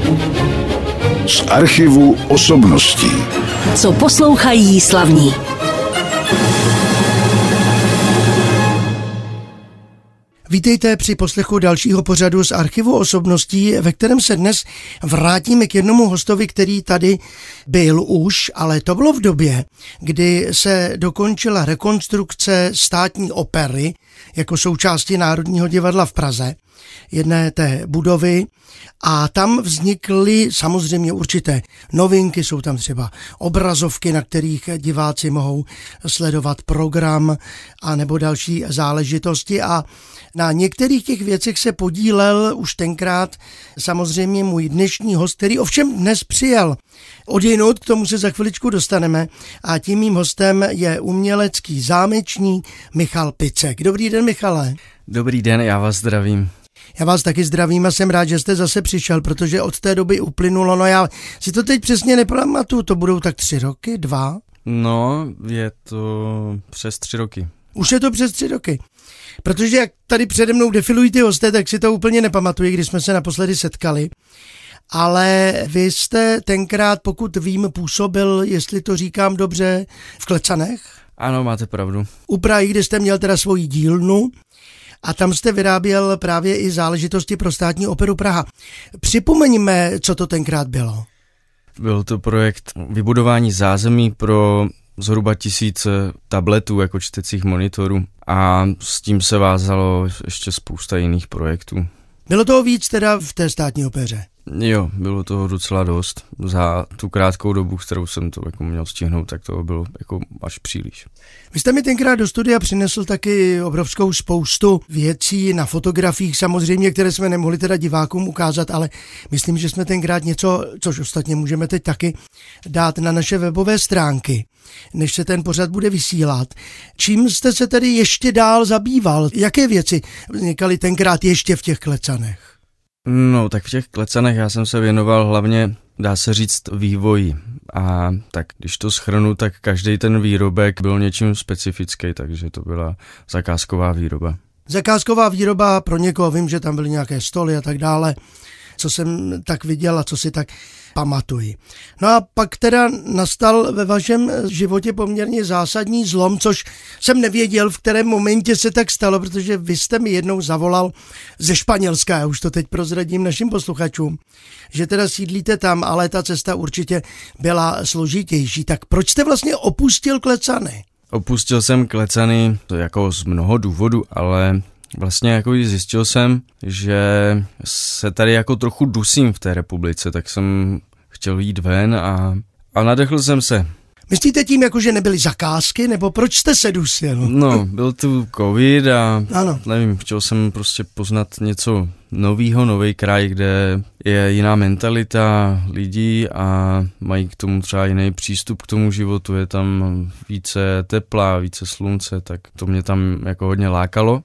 Z archivu osobností. Co poslouchají slavní. Vítejte při poslechu dalšího pořadu z archivu osobností, ve kterém se dnes vrátíme k jednomu hostovi, který tady byl už, ale to bylo v době, kdy se dokončila rekonstrukce Státní opery jako součásti Národního divadla v Praze, jedné té budovy, a tam vznikly samozřejmě určité novinky, jsou tam třeba obrazovky, na kterých diváci mohou sledovat program a nebo další záležitosti, a na některých těch věcech se podílel už tenkrát samozřejmě můj dnešní host, který ovšem dnes přijel odjinud, k tomu se za chviličku dostaneme, a tím mým hostem je umělecký zámečník Michal Picek. Dobrý den, Michale. Dobrý den, já vás zdravím. Já vás taky zdravím a jsem rád, že jste zase přišel, protože od té doby uplynulo, no já si to teď přesně nepamatuju, to budou tak 3 roky, 2? No, je to přes 3 roky. Už je to přes 3 roky. Protože jak tady přede mnou defilují ty hosté, tak si to úplně nepamatuji, když jsme se naposledy setkali. Ale vy jste tenkrát, pokud vím, působil, jestli to říkám dobře, v Klecanech? Ano, máte pravdu. U Prahy, kde jste měl teda svoji dílnu, a tam jste vyráběl právě i záležitosti pro Státní operu Praha. Připomeňme, co to tenkrát bylo. Byl to projekt vybudování zázemí pro zhruba 1000 tabletů jako čtecích monitorů a s tím se vázalo ještě spousta jiných projektů. Bylo toho víc teda v té Státní opeře? Jo, bylo toho docela dost. Za tu krátkou dobu, kterou jsem to jako měl stihnout, tak toho bylo jako až příliš. Vy jste mi tenkrát do studia přinesl taky obrovskou spoustu věcí na fotografiích samozřejmě, které jsme nemohli teda divákům ukázat, ale myslím, že jsme tenkrát něco, což ostatně můžeme teď taky dát na naše webové stránky, než se ten pořad bude vysílat. Čím jste se tedy ještě dál zabýval? Jaké věci vznikaly tenkrát ještě v těch Klecanech? No, tak v těch Klecanech já jsem se věnoval hlavně, dá se říct, vývoji. A tak když to shrnu, tak každý ten výrobek byl něčím specifický, takže to byla zakázková výroba. Zakázková výroba pro někoho, vím, že tam byly nějaké stoly a tak dále, co jsem tak viděl a co si tak pamatuji. No a pak teda nastal ve vašem životě poměrně zásadní zlom, což jsem nevěděl, v kterém momentě se tak stalo, protože vy jste mi jednou zavolal ze Španělska, já už to teď prozradím našim posluchačům, že teda sídlíte tam, ale ta cesta určitě byla složitější. Tak proč jste vlastně opustil Klecany? Opustil jsem Klecany jako z mnoho důvodů, ale vlastně jako zjistil jsem, že se tady jako trochu dusím v té republice, tak jsem chtěl jít ven a nadechl jsem se. Myslíte tím, jako že nebyly zakázky, nebo proč jste se dusil? No, byl tu covid a ano. Nevím, chtěl jsem prostě poznat něco novýho, nový kraj, kde je jiná mentalita lidí a mají k tomu třeba jiný přístup k tomu životu, je tam více tepla, více slunce, tak to mě tam jako hodně lákalo.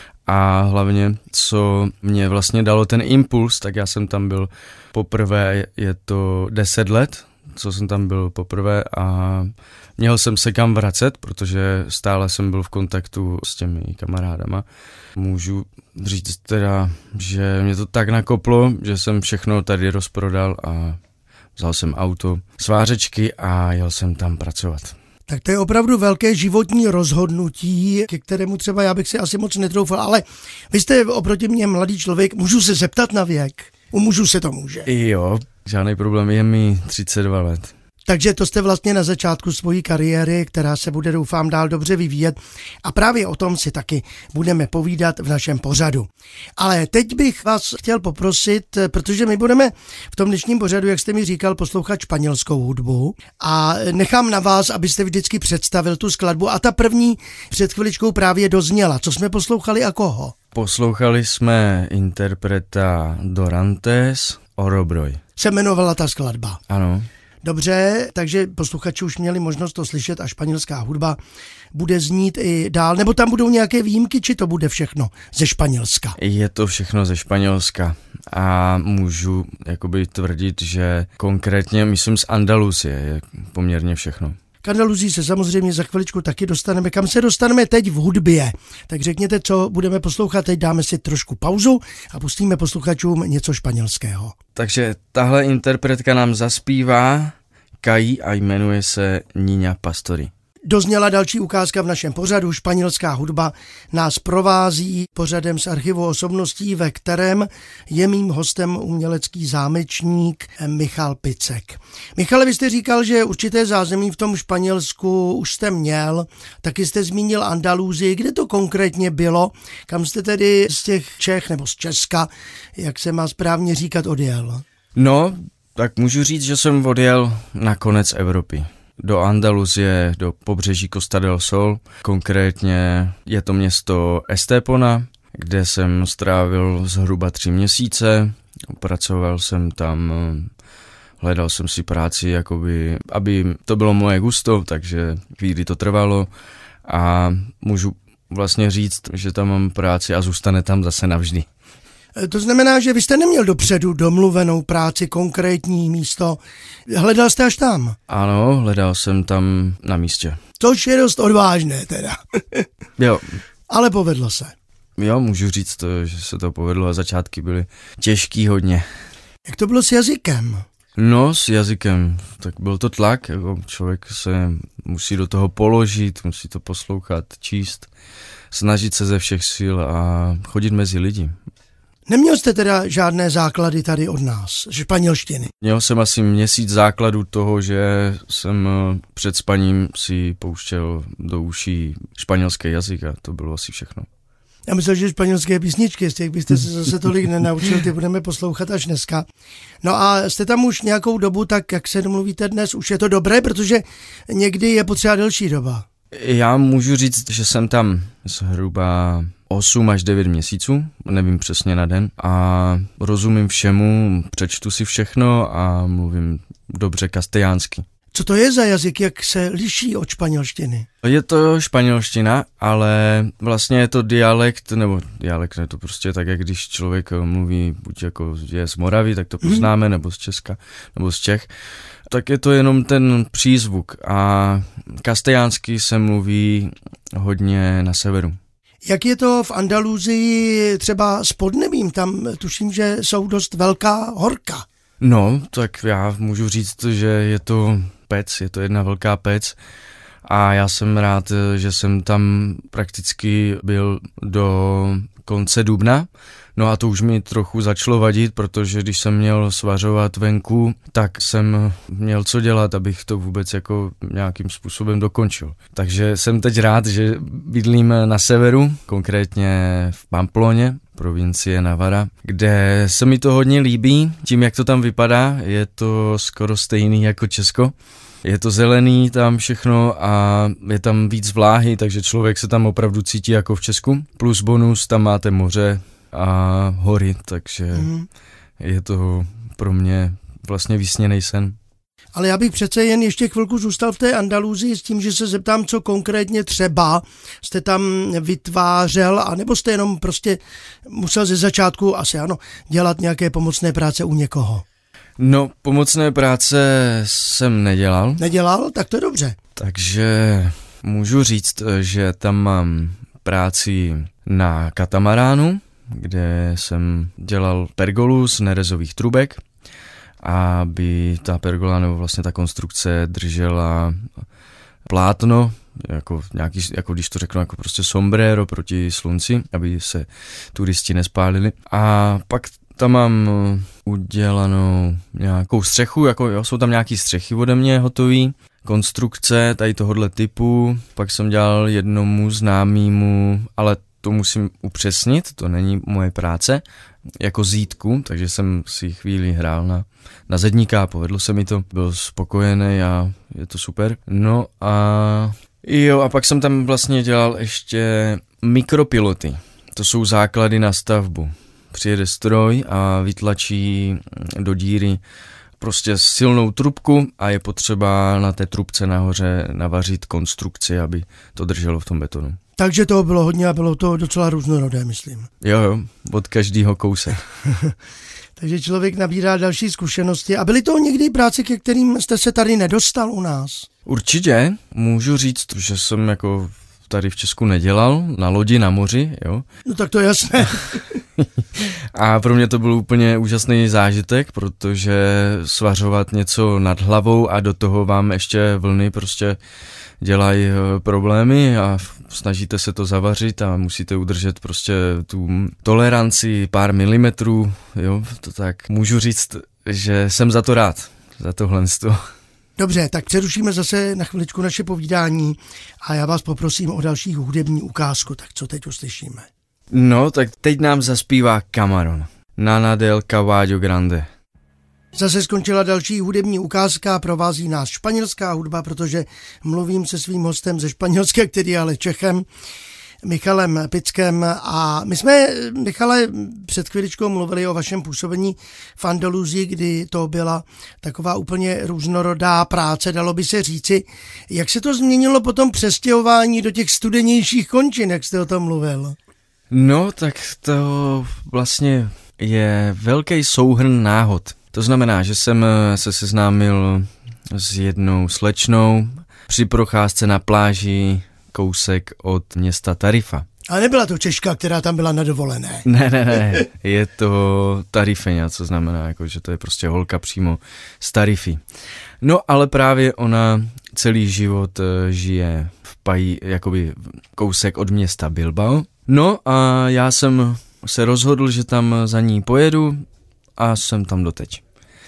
A hlavně, co mě vlastně dalo ten impuls, tak já jsem tam byl poprvé, je to 10 let, co jsem tam byl poprvé a měl jsem se kam vracet, protože stále jsem byl v kontaktu s těmi kamarádama. Můžu říct teda, že mě to tak nakoplo, že jsem všechno tady rozprodal a vzal jsem auto, svářečky a jel jsem tam pracovat. Tak to je opravdu velké životní rozhodnutí, ke kterému třeba já bych si asi moc netroufal, ale vy jste oproti mně mladý člověk, můžu se zeptat na věk? U mužů se to může. Jo, žádný problém, je mi 32 let. Takže to jste vlastně na začátku svojí kariéry, která se bude, doufám, dál dobře vyvíjet, a právě o tom si taky budeme povídat v našem pořadu. Ale teď bych vás chtěl poprosit, protože my budeme v tom dnešním pořadu, jak jste mi říkal, poslouchat španělskou hudbu a nechám na vás, abyste vždycky představil tu skladbu, a ta první před chviličkou právě dozněla. Co jsme poslouchali a koho? Poslouchali jsme interpreta Dorantes, Orobroj. Se jmenovala ta skladba. Ano. Dobře, takže posluchači už měli možnost to slyšet a španělská hudba bude znít i dál, nebo tam budou nějaké výjimky, či to bude všechno ze Španělska? Je to všechno ze Španělska a můžu jakoby tvrdit, že konkrétně, myslím, z Andalusie je poměrně všechno. K Andaluzii se samozřejmě za chviličku taky dostaneme. Kam se dostaneme teď v hudbě? Tak řekněte, co budeme poslouchat. Teď dáme si trošku pauzu a pustíme posluchačům něco španělského. Takže tahle interpretka nám zaspívá Kají a jmenuje se Niña Pastori. Dozněla další ukázka v našem pořadu. Španělská hudba nás provází pořadem z archivu osobností, ve kterém je mým hostem umělecký zámečník Michal Picek. Michale, vy jste říkal, že určité zázemí v tom Španělsku už jste měl, taky jste zmínil Andaluzii. Kde to konkrétně bylo? Kam jste tedy z těch Čech nebo z Česka, jak se má správně říkat, odjel? No, tak můžu říct, že jsem odjel na konec Evropy. Do Andaluzie, do pobřeží Costa del Sol. Konkrétně je to město Estepona, kde jsem strávil zhruba 3 měsíce. Pracoval jsem tam, hledal jsem si práci, jakoby, aby to bylo moje gusto, takže chvíli to trvalo a můžu vlastně říct, že tam mám práci a zůstane tam zase navždy. To znamená, že vy jste neměl dopředu domluvenou práci, konkrétní místo. Hledal jste až tam? Ano, hledal jsem tam na místě. Což je dost odvážné teda. Jo. Ale povedlo se. Jo, můžu říct, že se to povedlo a začátky byly těžký hodně. Jak to bylo s jazykem? No, s jazykem, tak byl to tlak, jako člověk se musí do toho položit, musí to poslouchat, číst, snažit se ze všech sil a chodit mezi lidi. Neměl jste teda žádné základy tady od nás, španělštiny? Měl jsem asi měsíc základu toho, že jsem před spaním si pouštěl do uší španělský jazyk a to bylo asi všechno. Já myslel, že španělské písničky, z těch byste se zase tolik nenaučil, ty budeme poslouchat až dneska. No a jste tam už nějakou dobu, tak jak se domluvíte dnes, už je to dobré, protože někdy je potřeba delší doba. Já můžu říct, že jsem tam zhruba 8 až 9 měsíců, nevím přesně na den, a rozumím všemu, přečtu si všechno a mluvím dobře kastelánsky. Co to je za jazyk, jak se liší od španělštiny? Je to španělština, ale vlastně je to dialekt, nebo dialekt je to prostě tak, jak když člověk mluví, buď jako je z Moravy, tak to poznáme, nebo z Česka, nebo z Čech, tak je to jenom ten přízvuk a kastelánsky se mluví hodně na severu. Jak je to v Andaluzii třeba s podnebím? Tam tuším, že jsou dost velká horka. No, tak já můžu říct, že je to pec, je to jedna velká pec a já jsem rád, že jsem tam prakticky byl do konce dubna. No a to už mi trochu začalo vadit, protože když jsem měl svařovat venku, tak jsem měl co dělat, abych to vůbec jako nějakým způsobem dokončil. Takže jsem teď rád, že bydlím na severu, konkrétně v Pamploně, provincie Navarra, kde se mi to hodně líbí, tím jak to tam vypadá, je to skoro stejný jako Česko. Je to zelený tam všechno a je tam víc vláhy, takže člověk se tam opravdu cítí jako v Česku. Plus bonus, tam máte moře a hory, takže je to pro mě vlastně vysněný sen. Ale já bych přece jen ještě chvilku zůstal v té Andaluzii s tím, že se zeptám, co konkrétně třeba jste tam vytvářel, anebo jste jenom prostě musel ze začátku asi ano dělat nějaké pomocné práce u někoho. No, pomocné práce jsem nedělal. Nedělal? Tak to je dobře. Takže můžu říct, že tam mám práci na katamaránu, kde jsem dělal pergolu z nerezových trubek, aby ta pergola nebo vlastně ta konstrukce držela plátno, jako když to řeknu, jako prostě sombrero proti slunci, aby se turisti nespálili. A pak tam mám udělanou nějakou střechu, jsou tam nějaký střechy ode mě hotový, konstrukce tady tohohle typu, pak jsem dělal jednomu známému, ale to musím upřesnit, to není moje práce, jako zítku, takže jsem si chvíli hrál na zedníka a povedlo se mi to, byl spokojený a je to super. No a pak jsem tam vlastně dělal ještě mikropiloty, to jsou základy na stavbu. Přijede stroj a vytlačí do díry prostě silnou trubku a je potřeba na té trubce nahoře navařit konstrukci, aby to drželo v tom betonu. Takže toho bylo hodně a bylo to docela různorodé, myslím. Jo, od každého kousek. Takže člověk nabírá další zkušenosti. A byly to někdy práce, ke kterým jste se tady nedostal u nás? Určitě, můžu říct, že jsem jako tady v Česku nedělal, na lodi, na moři, jo. No tak to je jasné. A pro mě to byl úplně úžasný zážitek, protože svařovat něco nad hlavou a do toho vám ještě vlny prostě dělají problémy a snažíte se to zavařit a musíte udržet prostě tu toleranci pár milimetrů, jo, to tak můžu říct, že jsem za to rád, za tohle. Dobře, tak přerušíme zase na chviličku naše povídání a já vás poprosím o další hudební ukázku, tak co teď uslyšíme? No, tak teď nám zaspívá Camarón, Nana del Caballo Grande. Zase skončila další hudební ukázka, provází nás španělská hudba, protože mluvím se svým hostem ze Španělska, který je ale Čechem, Michalem Pickem. A my jsme, Michale, před chviličkou mluvili o vašem působení v Andaluzii, kdy to byla taková úplně různorodá práce, dalo by se říci. Jak se to změnilo potom přestěhování do těch studenějších končin, jak jste o tom mluvil? No, tak to vlastně je velký souhrn náhod. To znamená, že jsem se seznámil s jednou slečnou při procházce na pláži kousek od města Tarifa. A nebyla to Češka, která tam byla na dovolené? Ne, je to Tarifeňa, co znamená, jako, že to je prostě holka přímo z Tarify. No, ale právě ona celý život žije v Pají, jakoby kousek od města Bilbao. No a já jsem se rozhodl, že tam za ní pojedu a jsem tam doteď.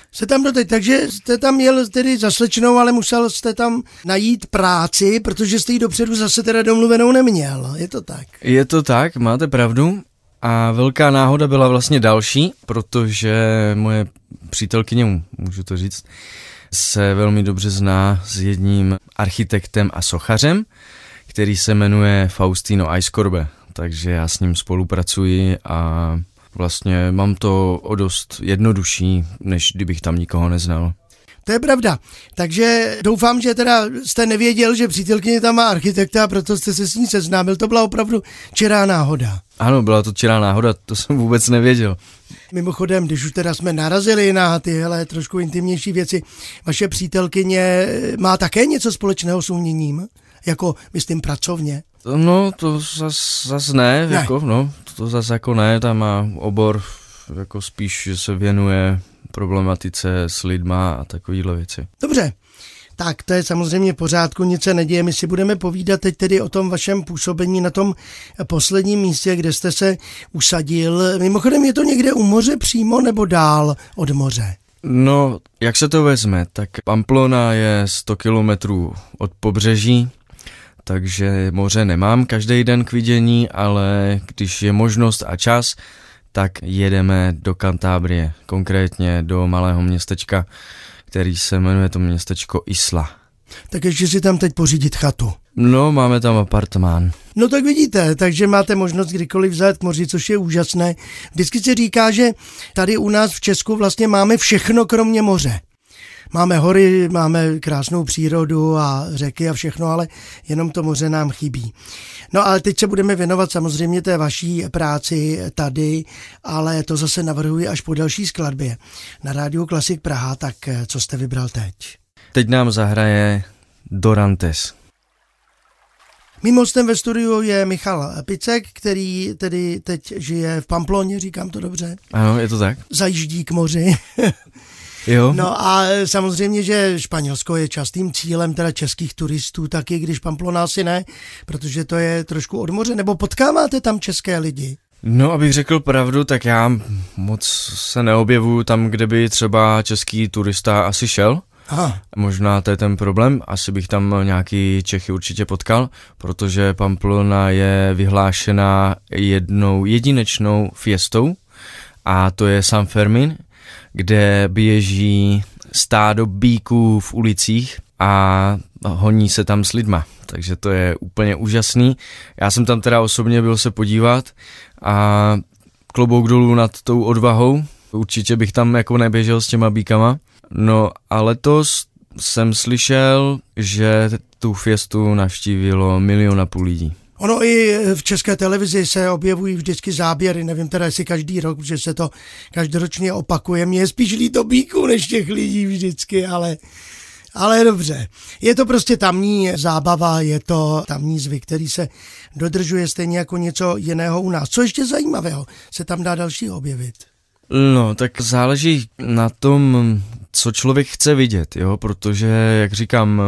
Takže jste tam jel tedy za slečnou, ale musel jste tam najít práci, protože jste ji dopředu zase teda domluvenou neměl, je to tak? Je to tak, máte pravdu a velká náhoda byla vlastně další, protože moje přítelkyně, můžu to říct, se velmi dobře zná s jedním architektem a sochařem, který se jmenuje Faustino Aizkorbe, takže já s ním spolupracuji a vlastně mám to o dost jednodušší, než kdybych tam nikoho neznal. To je pravda. Takže doufám, že teda jste nevěděl, že přítelkyně tam má architekta a proto jste se s ní seznámil. To byla opravdu čirá náhoda. Ano, byla to čirá náhoda, to jsem vůbec nevěděl. Mimochodem, když už teda jsme narazili na tyhle trošku intimnější věci, vaše přítelkyně má také něco společného s uměním? Jako, myslím, pracovně? No, to zas ne. Jako, no, to zas jako ne, tam má obor, jako spíš, že se věnuje problematice s lidma a takovýhle věci. Dobře, tak to je samozřejmě v pořádku, nic se neděje, my si budeme povídat teď tedy o tom vašem působení na tom posledním místě, kde jste se usadil. Mimochodem je to někde u moře přímo nebo dál od moře? No, jak se to vezme, tak Pamplona je 100 kilometrů od pobřeží, takže moře nemám každý den k vidění, ale když je možnost a čas, tak jedeme do Kantábrie, konkrétně do malého městečka, který se jmenuje to městečko Isla. Tak ještě si tam teď pořídit chatu. No, máme tam apartmán. No tak vidíte, takže máte možnost kdykoliv zajet k moři, což je úžasné. Vždycky se říká, že tady u nás v Česku vlastně máme všechno kromě moře. Máme hory, máme krásnou přírodu a řeky a všechno, ale jenom to moře nám chybí. No ale teď se budeme věnovat samozřejmě té vaší práci tady, ale to zase navrhuji až po další skladbě. Na rádiu Klasik Praha, tak co jste vybral teď? Teď nám zahraje Dorantes. Mým hostem ve studiu je Michal Picek, který tedy teď žije v Pamploně, říkám to dobře? Ano, je to tak. Zajíždí k moři. Jo. No a samozřejmě, že Španělsko je častým cílem teda českých turistů, taky když Pamplona asi ne, protože to je trošku od moře, nebo potkáváte tam české lidi? No, abych řekl pravdu, tak já moc se neobjevuju tam, kde by třeba český turista asi šel. Aha. Možná to je ten problém, asi bych tam nějaký Čechy určitě potkal, protože Pamplona je vyhlášena jednou jedinečnou fiestou a to je San Fermín, kde běží stádo býků v ulicích a honí se tam s lidma, takže to je úplně úžasný. Já jsem tam teda osobně byl se podívat a klobouk dolů nad tou odvahou, určitě bych tam jako neběžel s těma býkama. No a letos jsem slyšel, že tu fiestu navštívilo 1,5 milionu lidí. Ono i v České televizi se objevují vždycky záběry, nevím teda jestli každý rok, protože se to každoročně opakuje. Mně je spíš líto býků než těch lidí vždycky, ale dobře. Je to prostě tamní zábava, je to tamní zvyk, který se dodržuje stejně jako něco jiného u nás. Co ještě zajímavého se tam dá dalšího objevit? No, tak záleží na tom, co člověk chce vidět, jo, protože, jak říkám,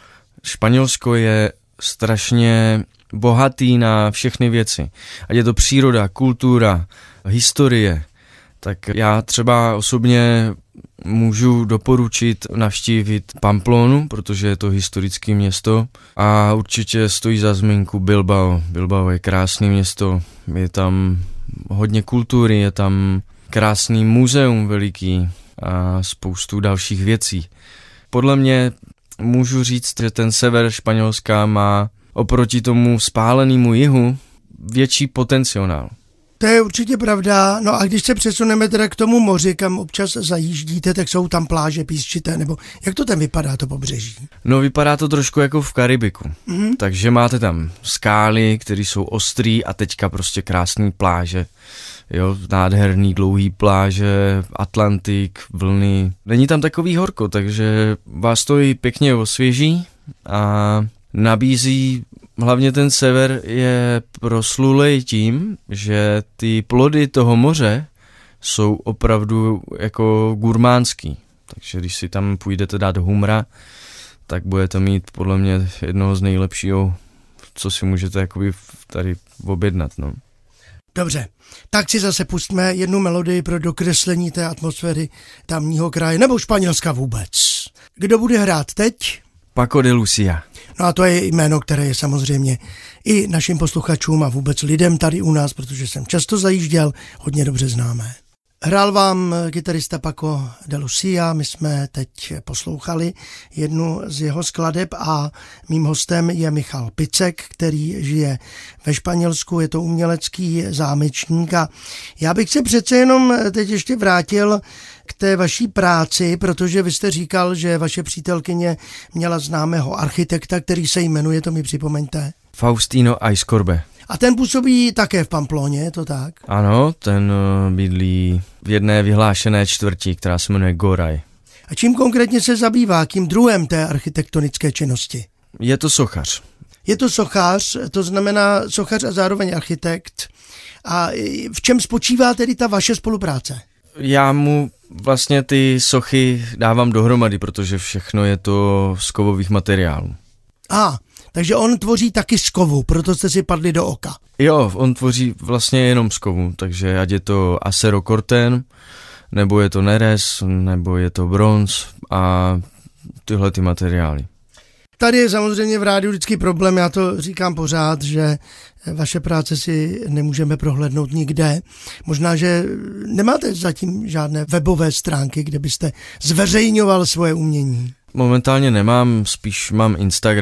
Španělsko je strašně bohatý na všechny věci. Ať je to příroda, kultura, historie, tak já třeba osobně můžu doporučit navštívit Pamplonu, protože je to historické město a určitě stojí za zmínku Bilbao. Bilbao je krásné město, je tam hodně kultury, je tam krásný muzeum veliký a spoustu dalších věcí. Podle mě můžu říct, že ten sever Španělska má oproti tomu spálenému jihu větší potenciál. To je určitě pravda. No a když se přesuneme teda k tomu moři, kam občas zajíždíte, tak jsou tam pláže písčité, nebo jak to tam vypadá, to pobřeží? No vypadá to trošku jako v Karibiku. Takže máte tam skály, které jsou ostrý a teďka prostě krásný pláže. Jo, nádherný dlouhý pláže, Atlantik, vlny. Není tam takový horko, takže vás to i pěkně osvěží a nabízí, hlavně ten sever je proslulej tím, že ty plody toho moře jsou opravdu jako gurmánský. Takže když si tam půjdete dát humra, tak budete mít podle mě jednoho z nejlepšího, co si můžete jakoby tady objednat, no. Dobře, tak si zase pustíme jednu melodii pro dokreslení té atmosféry tamního kraje, nebo Španělska vůbec. Kdo bude hrát teď? Paco de Lucia. No a to je jméno, které je samozřejmě i našim posluchačům a vůbec lidem tady u nás, protože jsem často zajížděl, hodně dobře známé. Hrál vám kytarista Paco de Lucia, my jsme teď poslouchali jednu z jeho skladeb a mým hostem je Michal Picek, který žije ve Španělsku, je to umělecký zámečník a já bych se přece jenom teď ještě vrátil k té vaší práci, protože vy jste říkal, že vaše přítelkyně měla známého architekta, který se jmenuje, to mi připomeňte. Faustino Aizcorbe. A ten působí také v Pamploně, je to tak? Ano, ten bydlí v jedné vyhlášené čtvrti, která se jmenuje Goraj. A čím konkrétně se zabývá, kým druhem té architektonické činnosti? Je to sochař. Je to sochař, to znamená sochař a zároveň architekt. A v čem spočívá tedy ta vaše spolupráce? Já mu vlastně ty sochy dávám dohromady, protože všechno je to z kovových materiálů. Takže on tvoří taky z kovu, proto jste si padli do oka. Jo, on tvoří vlastně jenom z kovu, takže ať je to acero corten, nebo je to nerez, nebo je to bronz a tyhle ty materiály. Tady je samozřejmě v rádiu vždycky problém, já to říkám pořád, že vaše práce si nemůžeme prohlédnout nikde. Možná, že nemáte zatím žádné webové stránky, kde byste zveřejňoval svoje umění. Momentálně nemám, spíš mám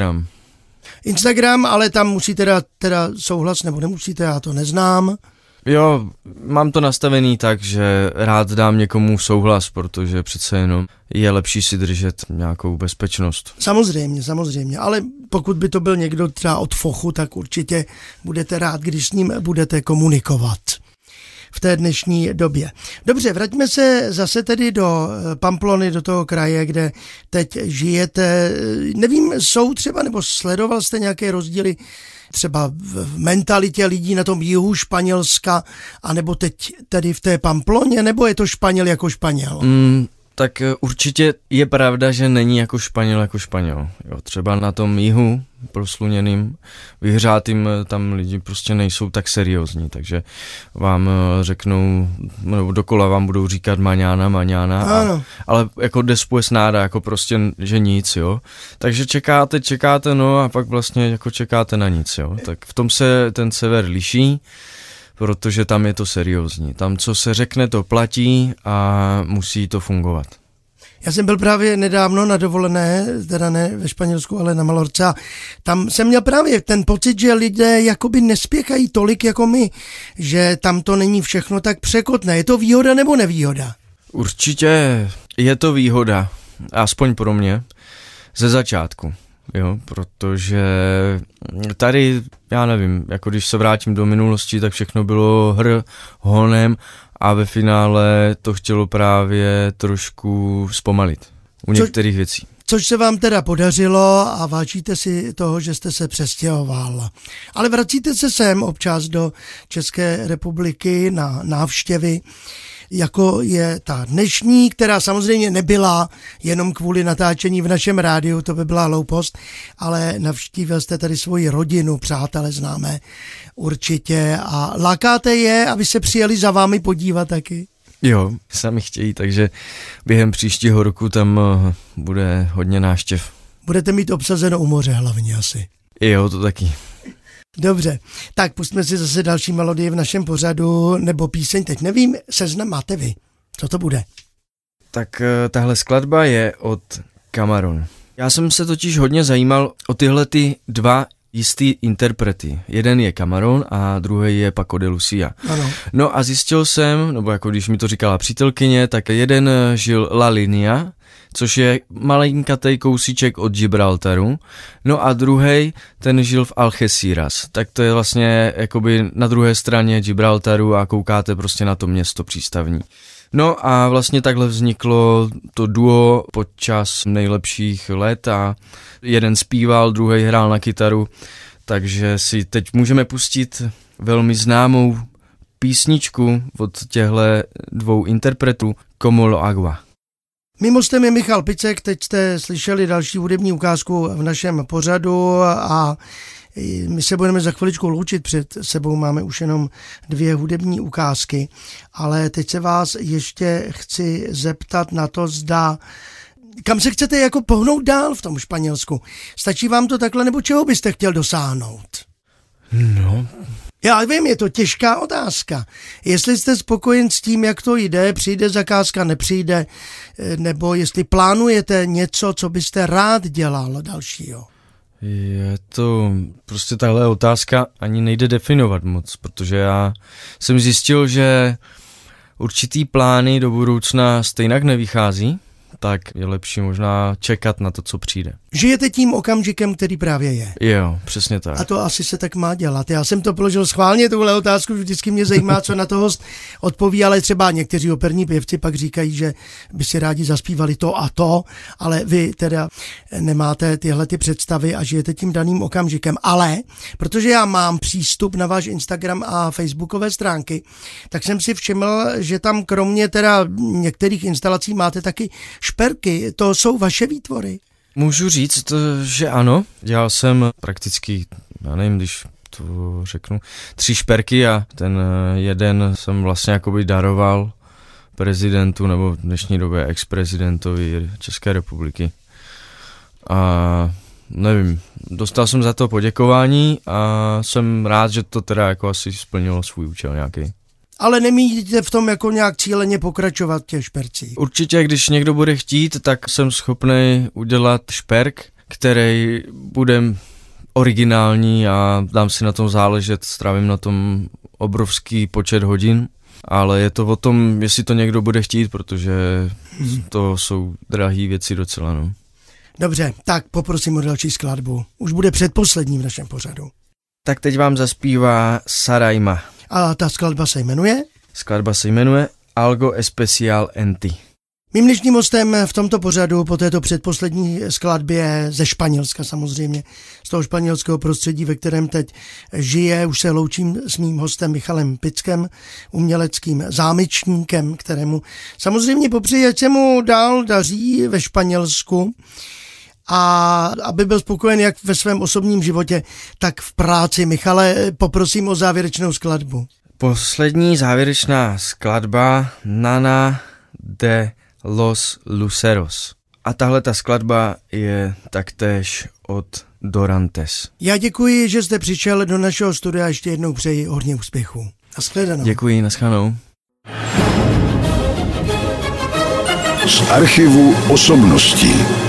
Instagram, ale tam musíte teda souhlas, nebo nemusíte, já to neznám. Jo, mám to nastavený tak, že rád dám někomu souhlas, protože přece jenom je lepší si držet nějakou bezpečnost. Samozřejmě, ale pokud by to byl někdo třeba od Fochu, tak určitě budete rád, když s ním budete komunikovat v té dnešní době. Dobře, vraťme se zase tedy do Pamplony, do toho kraje, kde teď žijete. Nevím, jsou třeba, nebo sledoval jste nějaké rozdíly třeba v mentalitě lidí na tom jihu Španělska, anebo teď tedy v té Pamploně, nebo je to Španěl jako Španěl? Tak určitě je pravda, že není jako Španěl. Jo, třeba na tom jihu prosluněným, vyhřátým, tam lidi prostě nejsou tak seriózní, takže vám řeknou, nebo dokola vám budou říkat maňána, ale jako después nada, jako prostě, že nic, jo. Takže čekáte, no a pak vlastně jako čekáte na nic, jo. Tak v tom se ten sever liší, protože tam je to seriózní. Tam, co se řekne, to platí a musí to fungovat. Já jsem byl právě nedávno na dovolené, teda ne ve Španělsku, ale na Malorce a tam jsem měl právě ten pocit, že lidé jakoby nespěchají tolik jako my, že tam to není všechno tak překotné. Je to výhoda nebo nevýhoda? Určitě je to výhoda, aspoň pro mě, ze začátku. Jo, protože tady, já nevím, jako když se vrátím do minulosti, tak všechno bylo honem a ve finále to chtělo právě trošku zpomalit u některých věcí. Což se vám teda podařilo a vážíte si toho, že jste se přestěhoval. Ale vracíte se sem občas do České republiky na návštěvy, jako je ta dnešní, která samozřejmě nebyla jenom kvůli natáčení v našem rádiu, to by byla hloupost, ale navštívil jste tady svoji rodinu, přátelé známé určitě a lákáte je, aby se přijeli za vámi podívat taky. Jo, sami chtějí, takže během příštího roku tam bude hodně návštěv. Budete mít obsazeno u moře hlavně asi. Jo, to taky. Dobře, tak pustíme si zase další melodii v našem pořadu, nebo píseň, teď nevím, seznam máte vy. Co to bude? Tak tahle skladba je od Camarón. Já jsem se totiž hodně zajímal o tyhle ty dva jistý interprety. Jeden je Camarón a druhý je Paco de Lucia. Ano. No a zjistil jsem, nebo jako když mi to říkala přítelkyně, tak jeden žil La Linea, což je malinkatej kousíček od Gibraltaru, no a druhej, ten žil v Algeciras, tak to je vlastně jakoby na druhé straně Gibraltaru a koukáte prostě na to město přístavní. No a vlastně takhle vzniklo to duo počas nejlepších let a jeden zpíval, druhý hrál na kytaru, takže si teď můžeme pustit velmi známou písničku od těchto dvou interpretů Como lo agua. Mým hostem je Michal Picek, teď jste slyšeli další hudební ukázku v našem pořadu a my se budeme za chviličku loučit, před sebou máme už jenom 2 hudební ukázky, ale teď se vás ještě chci zeptat na to, zda kam se chcete jako pohnout dál v tom Španělsku. Stačí vám to takhle, nebo čeho byste chtěl dosáhnout? No... Já vím, je to těžká otázka. Jestli jste spokojen s tím, jak to jde, přijde zakázka, nepřijde, nebo jestli plánujete něco, co byste rád dělal dalšího. Je to prostě tahle otázka ani nejde definovat moc, protože já jsem zjistil, že určitý plány do budoucna stejnak nevychází, tak je lepší možná čekat na to, co přijde. Žijete tím okamžikem, který právě je. Jo, přesně tak. A to asi se tak má dělat. Já jsem to položil schválně, tuhle otázku, vždycky mě zajímá, co na to host odpoví, ale třeba někteří operní pěvci pak říkají, že by si rádi zaspívali to a to, ale vy teda nemáte tyhle ty představy a žijete tím daným okamžikem. Ale, protože já mám přístup na váš Instagram a facebookové stránky, tak jsem si všiml, že tam kromě teda některých instalací máte taky šperky. To jsou vaše výtvory? Můžu říct, že ano. Dělal jsem prakticky, já nevím, když to řeknu, 3 šperky a ten jeden jsem vlastně jakoby daroval prezidentu, nebo v dnešní době ex-prezidentovi České republiky. A nevím, dostal jsem za to poděkování a jsem rád, že to teda jako asi splnilo svůj účel nějaký. Ale nemíjíte v tom jako nějak cíleně pokračovat v těch špercích? Určitě, když někdo bude chtít, tak jsem schopný udělat šperk, který bude originální a dám si na tom záležet, strávím na tom obrovský počet hodin, ale je to o tom, jestli to někdo bude chtít, protože to jsou drahé věci docela, no. Dobře, tak poprosím o další skladbu. Už bude předposlední v našem pořadu. Tak teď vám zaspívá Saraima. A ta skladba se jmenuje? Skladba se jmenuje Algo Especial en ti. Mým dnešním hostem v tomto pořadu po této předposlední skladbě ze Španělska samozřejmě, z toho španělského prostředí, ve kterém teď žije, už se loučím s mým hostem Michalem Pickem, uměleckým zámečníkem, kterému samozřejmě popřeji, ať se mu dál daří ve Španělsku a aby byl spokojen jak ve svém osobním životě, tak v práci. Michale, poprosím o závěrečnou skladbu. Poslední závěrečná skladba Nana de los Luceros. A tahle ta skladba je taktéž od Dorantes. Já děkuji, že jste přišel do našeho studia a ještě jednou přeji hodně úspěchů. Nashledanou. Děkuji, naschledanou. Z archivu osobností.